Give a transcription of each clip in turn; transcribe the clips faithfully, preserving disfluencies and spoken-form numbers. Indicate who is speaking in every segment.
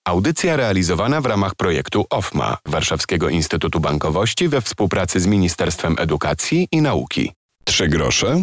Speaker 1: Audycja realizowana w ramach projektu O F M A Warszawskiego Instytutu Bankowości we współpracy z Ministerstwem Edukacji i Nauki. Trzy grosze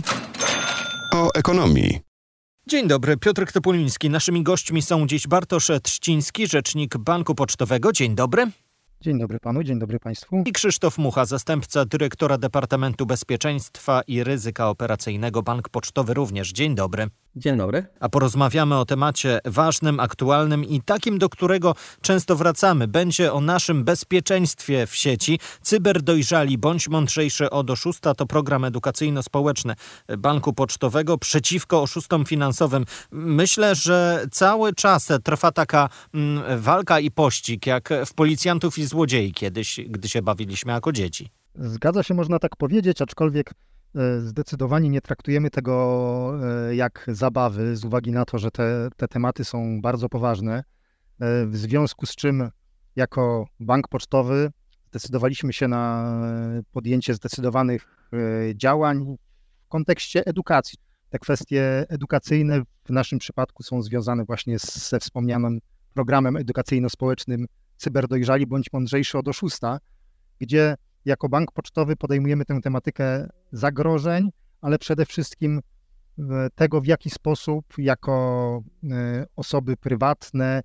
Speaker 1: o ekonomii.
Speaker 2: Dzień dobry, Piotr Topuliński. Naszymi gośćmi są dziś Bartosz Trzciński, rzecznik Banku Pocztowego. Dzień dobry.
Speaker 3: Dzień dobry panu, dzień dobry państwu.
Speaker 2: I Krzysztof Mucha, zastępca dyrektora Departamentu Bezpieczeństwa i Ryzyka Operacyjnego Bank Pocztowy również. Dzień dobry.
Speaker 4: Dzień dobry.
Speaker 2: A porozmawiamy o temacie ważnym, aktualnym i takim, do którego często wracamy. Będzie o naszym bezpieczeństwie w sieci. Cyberdojrzali bądź mądrzejszy od oszusta to program edukacyjno-społeczny Banku Pocztowego przeciwko oszustom finansowym. Myślę, że cały czas trwa taka mm, walka i pościg, jak w Policjantów i Złodziei kiedyś, gdy się bawiliśmy jako dzieci.
Speaker 3: Zgadza się, można tak powiedzieć, aczkolwiek zdecydowanie nie traktujemy tego jak zabawy, z uwagi na to, że te, te tematy są bardzo poważne, w związku z czym jako bank pocztowy zdecydowaliśmy się na podjęcie zdecydowanych działań w kontekście edukacji. Te kwestie edukacyjne w naszym przypadku są związane właśnie ze wspomnianym programem edukacyjno-społecznym Cyberdojrzali bądź mądrzejszy od oszusta, gdzie jako bank pocztowy podejmujemy tę tematykę zagrożeń, ale przede wszystkim tego, w jaki sposób jako osoby prywatne,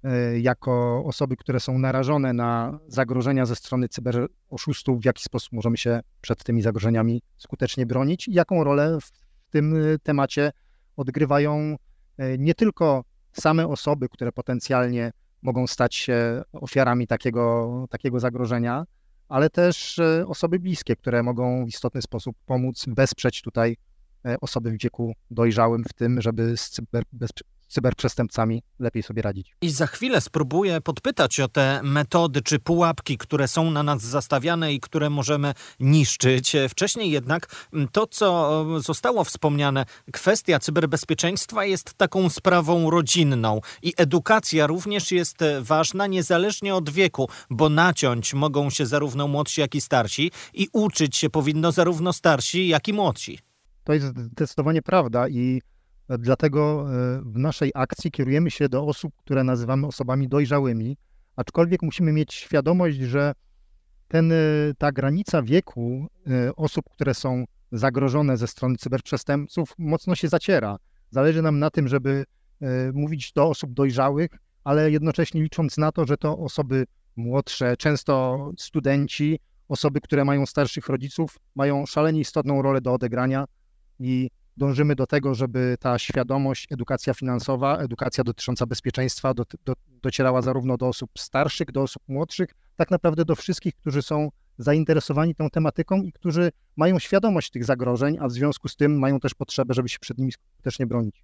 Speaker 3: jako osoby, które są narażone na zagrożenia ze strony cyberoszustów, w jaki sposób możemy się przed tymi zagrożeniami skutecznie bronić i jaką rolę w tym temacie odgrywają nie tylko same osoby, które potencjalnie mogą stać się ofiarami takiego, takiego zagrożenia, ale też osoby bliskie, które mogą w istotny sposób pomóc, wesprzeć tutaj osoby w wieku dojrzałym w tym, żeby z cyber, bez, cyberprzestępcami lepiej sobie radzić.
Speaker 2: I za chwilę spróbuję podpytać o te metody czy pułapki, które są na nas zastawiane i które możemy niszczyć. Wcześniej jednak to, co zostało wspomniane, kwestia cyberbezpieczeństwa jest taką sprawą rodzinną i edukacja również jest ważna niezależnie od wieku, bo naciąć mogą się zarówno młodsi, jak i starsi i uczyć się powinno zarówno starsi, jak i młodsi.
Speaker 3: To jest zdecydowanie prawda i dlatego w naszej akcji kierujemy się do osób, które nazywamy osobami dojrzałymi, aczkolwiek musimy mieć świadomość, że ten, ta granica wieku osób, które są zagrożone ze strony cyberprzestępców, mocno się zaciera. Zależy nam na tym, żeby mówić do osób dojrzałych, ale jednocześnie licząc na to, że to osoby młodsze, często studenci, osoby, które mają starszych rodziców, mają szalenie istotną rolę do odegrania i dążymy do tego, żeby ta świadomość, edukacja finansowa, edukacja dotycząca bezpieczeństwa do, do, docierała zarówno do osób starszych, do osób młodszych, tak naprawdę do wszystkich, którzy są zainteresowani tą tematyką i którzy mają świadomość tych zagrożeń, a w związku z tym mają też potrzebę, żeby się przed nimi skutecznie bronić.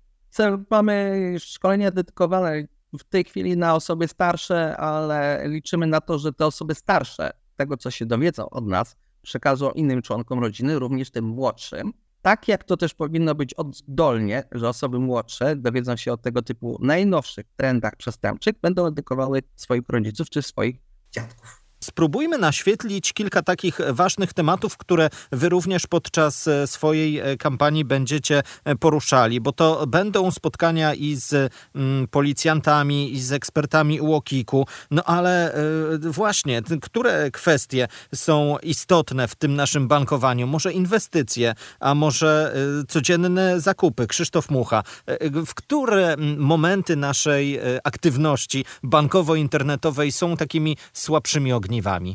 Speaker 4: Mamy szkolenia dedykowane w tej chwili na osoby starsze, ale liczymy na to, że te osoby starsze, tego co się dowiedzą od nas, przekażą innym członkom rodziny, również tym młodszym. Tak jak to też powinno być oddolnie, że osoby młodsze dowiedzą się o tego typu najnowszych trendach przestępczych, będą edukowały swoich rodziców czy swoich dziadków.
Speaker 2: Spróbujmy naświetlić kilka takich ważnych tematów, które wy również podczas swojej kampanii będziecie poruszali, bo to będą spotkania i z mm, policjantami, i z ekspertami U O K I K-u, no ale y, właśnie, które kwestie są istotne w tym naszym bankowaniu? Może inwestycje, a może y, codzienne zakupy? Krzysztof Mucha, y, w które momenty naszej aktywności bankowo-internetowej są takimi słabszymi ogniwami?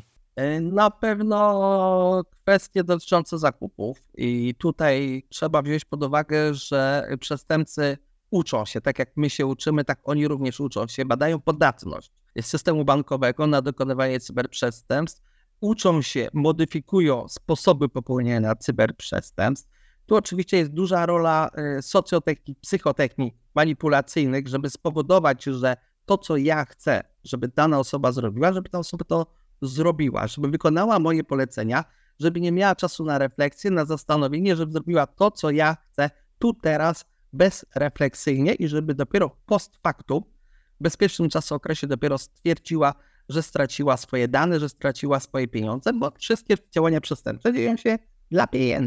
Speaker 4: Na pewno kwestie dotyczące zakupów i tutaj trzeba wziąć pod uwagę, że przestępcy uczą się, tak jak my się uczymy, tak oni również uczą się, badają podatność systemu bankowego na dokonywanie cyberprzestępstw, uczą się, modyfikują sposoby popełniania cyberprzestępstw. Tu oczywiście jest duża rola socjotechnik, psychotechnik manipulacyjnych, żeby spowodować, że to, co ja chcę, żeby dana osoba zrobiła, żeby ta osoba to zrobiła, żeby wykonała moje polecenia, żeby nie miała czasu na refleksję, na zastanowienie, żeby zrobiła to, co ja chcę tu, teraz, bezrefleksyjnie i żeby dopiero post factum, w bezpiecznym czasookresie dopiero stwierdziła, że straciła swoje dane, że straciła swoje pieniądze, bo wszystkie działania przestępcze dzieją się dla pieniędzy.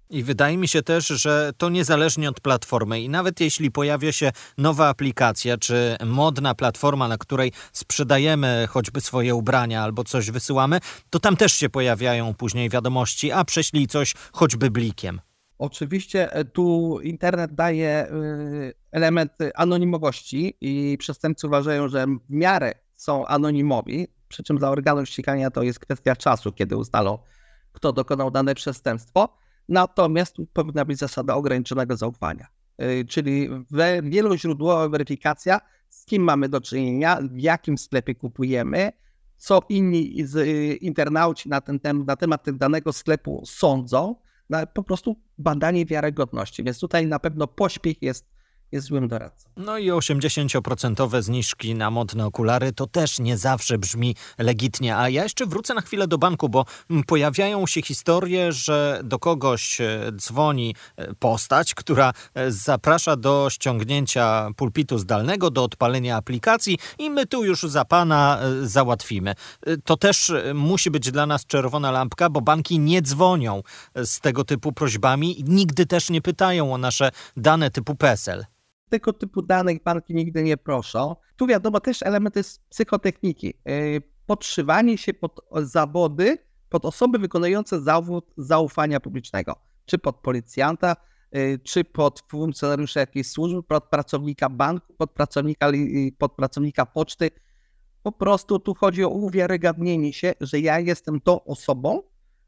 Speaker 2: I wydaje mi się też, że to niezależnie od platformy i nawet jeśli pojawia się nowa aplikacja czy modna platforma, na której sprzedajemy choćby swoje ubrania albo coś wysyłamy, to tam też się pojawiają później wiadomości, a prześlij coś choćby blikiem.
Speaker 4: Oczywiście tu internet daje element anonimowości i przestępcy uważają, że w miarę są anonimowi, przy czym dla organów ścigania to jest kwestia czasu, kiedy ustalą, kto dokonał dane przestępstwo. Natomiast tu powinna być zasada ograniczonego zaufania, czyli wieloźródłowa weryfikacja, z kim mamy do czynienia, w jakim sklepie kupujemy, co inni internauci na ten temat, na temat danego sklepu sądzą, po prostu badanie wiarygodności, więc tutaj na pewno pośpiech jest, jest złym doradcą.
Speaker 2: No i osiemdziesięcioprocentowe zniżki na modne okulary to też nie zawsze brzmi legitnie. A ja jeszcze wrócę na chwilę do banku, bo pojawiają się historie, że do kogoś dzwoni postać, która zaprasza do ściągnięcia pulpitu zdalnego, do odpalenia aplikacji i my tu już za pana załatwimy. To też musi być dla nas czerwona lampka, bo banki nie dzwonią z tego typu prośbami i nigdy też nie pytają o nasze dane typu PESEL.
Speaker 4: Tego typu danych banki nigdy nie proszą. Tu wiadomo też elementy z psychotechniki. Podszywanie się pod zawody, pod osoby wykonujące zawód zaufania publicznego. Czy pod policjanta, czy pod funkcjonariusza jakiejś służby, pod pracownika banku, pod pracownika, pod pracownika poczty. Po prostu tu chodzi o uwiarygadnienie się, że ja jestem tą osobą,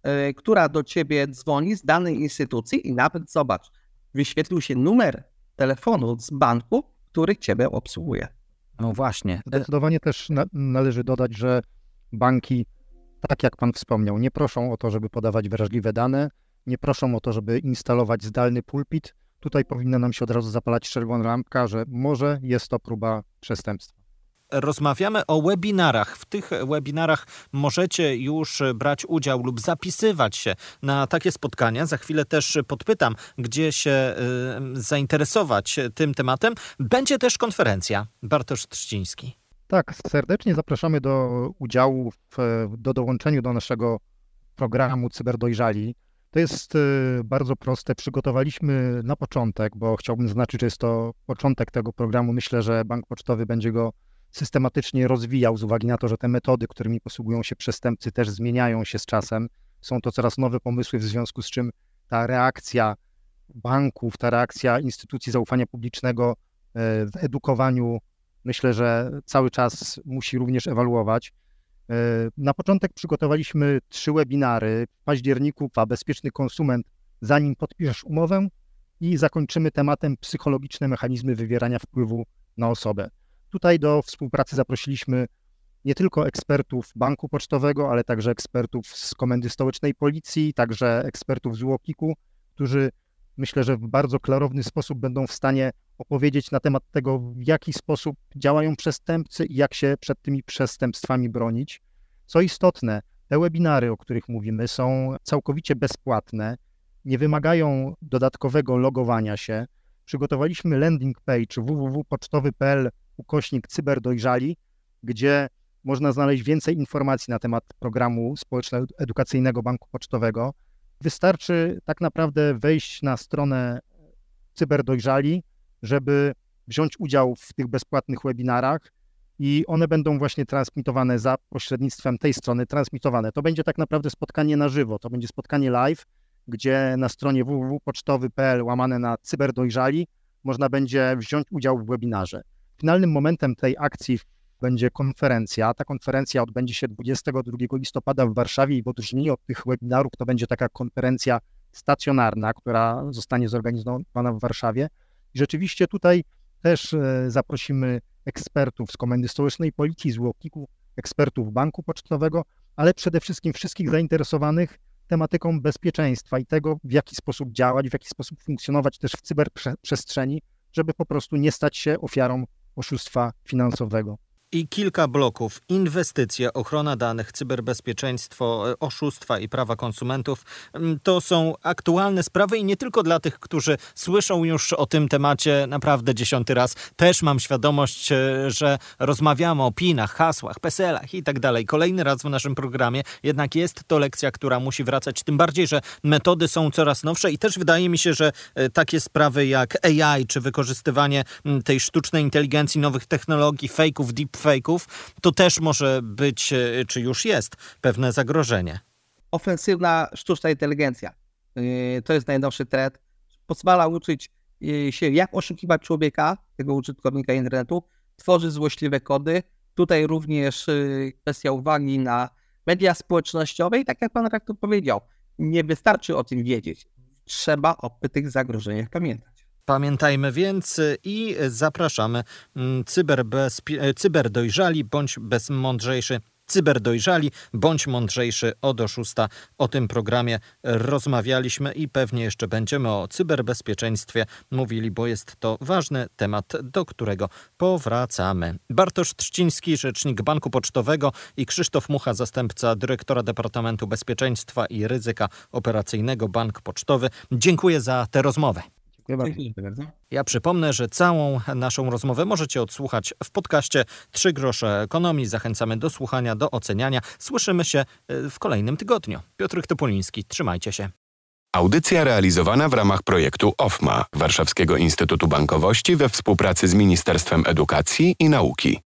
Speaker 4: która do ciebie dzwoni z danej instytucji i nawet zobacz, wyświetlił się numer telefonu z banku, który ciebie obsługuje.
Speaker 2: No właśnie.
Speaker 3: Zdecydowanie też na, należy dodać, że banki, tak jak pan wspomniał, nie proszą o to, żeby podawać wrażliwe dane, nie proszą o to, żeby instalować zdalny pulpit. Tutaj powinna nam się od razu zapalać czerwona lampka, że może jest to próba przestępstwa.
Speaker 2: Rozmawiamy o webinarach. W tych webinarach możecie już brać udział lub zapisywać się na takie spotkania. Za chwilę też podpytam, gdzie się y, zainteresować tym tematem. Będzie też konferencja. Bartosz Trzciński.
Speaker 3: Tak, serdecznie zapraszamy do udziału, w, do dołączenia do naszego programu Cyberdojrzali. To jest bardzo proste. Przygotowaliśmy na początek, bo chciałbym zaznaczyć, że jest to początek tego programu. Myślę, że Bank Pocztowy będzie go systematycznie rozwijał z uwagi na to, że te metody, którymi posługują się przestępcy, też zmieniają się z czasem. Są to coraz nowe pomysły, w związku z czym ta reakcja banków, ta reakcja instytucji zaufania publicznego w edukowaniu, myślę, że cały czas musi również ewaluować. Na początek przygotowaliśmy trzy webinary w październiku, a bezpieczny konsument, zanim podpiszesz umowę, i zakończymy tematem psychologiczne mechanizmy wywierania wpływu na osobę. Tutaj do współpracy zaprosiliśmy nie tylko ekspertów Banku Pocztowego, ale także ekspertów z Komendy Stołecznej Policji, także ekspertów z U O K iK-u, którzy myślę, że w bardzo klarowny sposób będą w stanie opowiedzieć na temat tego, w jaki sposób działają przestępcy i jak się przed tymi przestępstwami bronić. Co istotne, te webinary, o których mówimy, są całkowicie bezpłatne, nie wymagają dodatkowego logowania się. Przygotowaliśmy landing page w w w kropka pocztowy kropka p l ukośnik cyberdojrzali, gdzie można znaleźć więcej informacji na temat programu społeczno-edukacyjnego Banku Pocztowego. Wystarczy tak naprawdę wejść na stronę Cyberdojrzali, żeby wziąć udział w tych bezpłatnych webinarach i one będą właśnie transmitowane za pośrednictwem tej strony, transmitowane. To będzie tak naprawdę spotkanie na żywo, to będzie spotkanie live, gdzie na stronie w w w kropka pocztowy kropka p l łamane na Cyberdojrzali można będzie wziąć udział w webinarze. Finalnym momentem tej akcji będzie konferencja. Ta konferencja odbędzie się dwudziestego drugiego listopada w Warszawie i w odróżnieniu od tych webinarów to będzie taka konferencja stacjonarna, która zostanie zorganizowana w Warszawie. I rzeczywiście tutaj też zaprosimy ekspertów z Komendy Stołecznej Policji, z U O K iK-u, ekspertów Banku Pocztowego, ale przede wszystkim wszystkich zainteresowanych tematyką bezpieczeństwa i tego, w jaki sposób działać, w jaki sposób funkcjonować też w cyberprzestrzeni, żeby po prostu nie stać się ofiarą oszustwa finansowego.
Speaker 2: I kilka bloków: inwestycje, ochrona danych, cyberbezpieczeństwo, oszustwa i prawa konsumentów. To są aktualne sprawy i nie tylko dla tych, którzy słyszą już o tym temacie naprawdę dziesiąty raz. Też mam świadomość, że rozmawiamy o pinach, hasłach, peselach i tak dalej. Kolejny raz w naszym programie, jednak jest to lekcja, która musi wracać, tym bardziej, że metody są coraz nowsze i też wydaje mi się, że takie sprawy jak A I czy wykorzystywanie tej sztucznej inteligencji, nowych technologii, fejków, deepfake'ów, to też może być, czy już jest, pewne zagrożenie.
Speaker 4: Ofensywna sztuczna inteligencja, to jest najnowszy trend, pozwala uczyć się, jak oszukiwać człowieka, tego użytkownika internetu, tworzy złośliwe kody. Tutaj również kwestia uwagi na media społecznościowe i tak jak pan redaktor powiedział, nie wystarczy o tym wiedzieć, trzeba o tych zagrożeniach pamiętać.
Speaker 2: Pamiętajmy więc i zapraszamy cyberbezpie- cyberdojrzali bądź bezmądrzejszy. Cyberdojrzali bądź mądrzejszy od oszusta. O tym programie rozmawialiśmy i pewnie jeszcze będziemy o cyberbezpieczeństwie mówili, bo jest to ważny temat, do którego powracamy. Bartosz Trzciński, rzecznik Banku Pocztowego i Krzysztof Mucha, zastępca dyrektora Departamentu Bezpieczeństwa i Ryzyka Operacyjnego Bank Pocztowy. Dziękuję za tę rozmowę.
Speaker 4: Dziękuję bardzo.
Speaker 2: Ja przypomnę, że całą naszą rozmowę możecie odsłuchać w podcaście Trzy grosze ekonomii. Zachęcamy do słuchania, do oceniania. Słyszymy się w kolejnym tygodniu. Piotr Topoliński, trzymajcie się.
Speaker 1: Audycja realizowana w ramach projektu O F M A Warszawskiego Instytutu Bankowości we współpracy z Ministerstwem Edukacji i Nauki.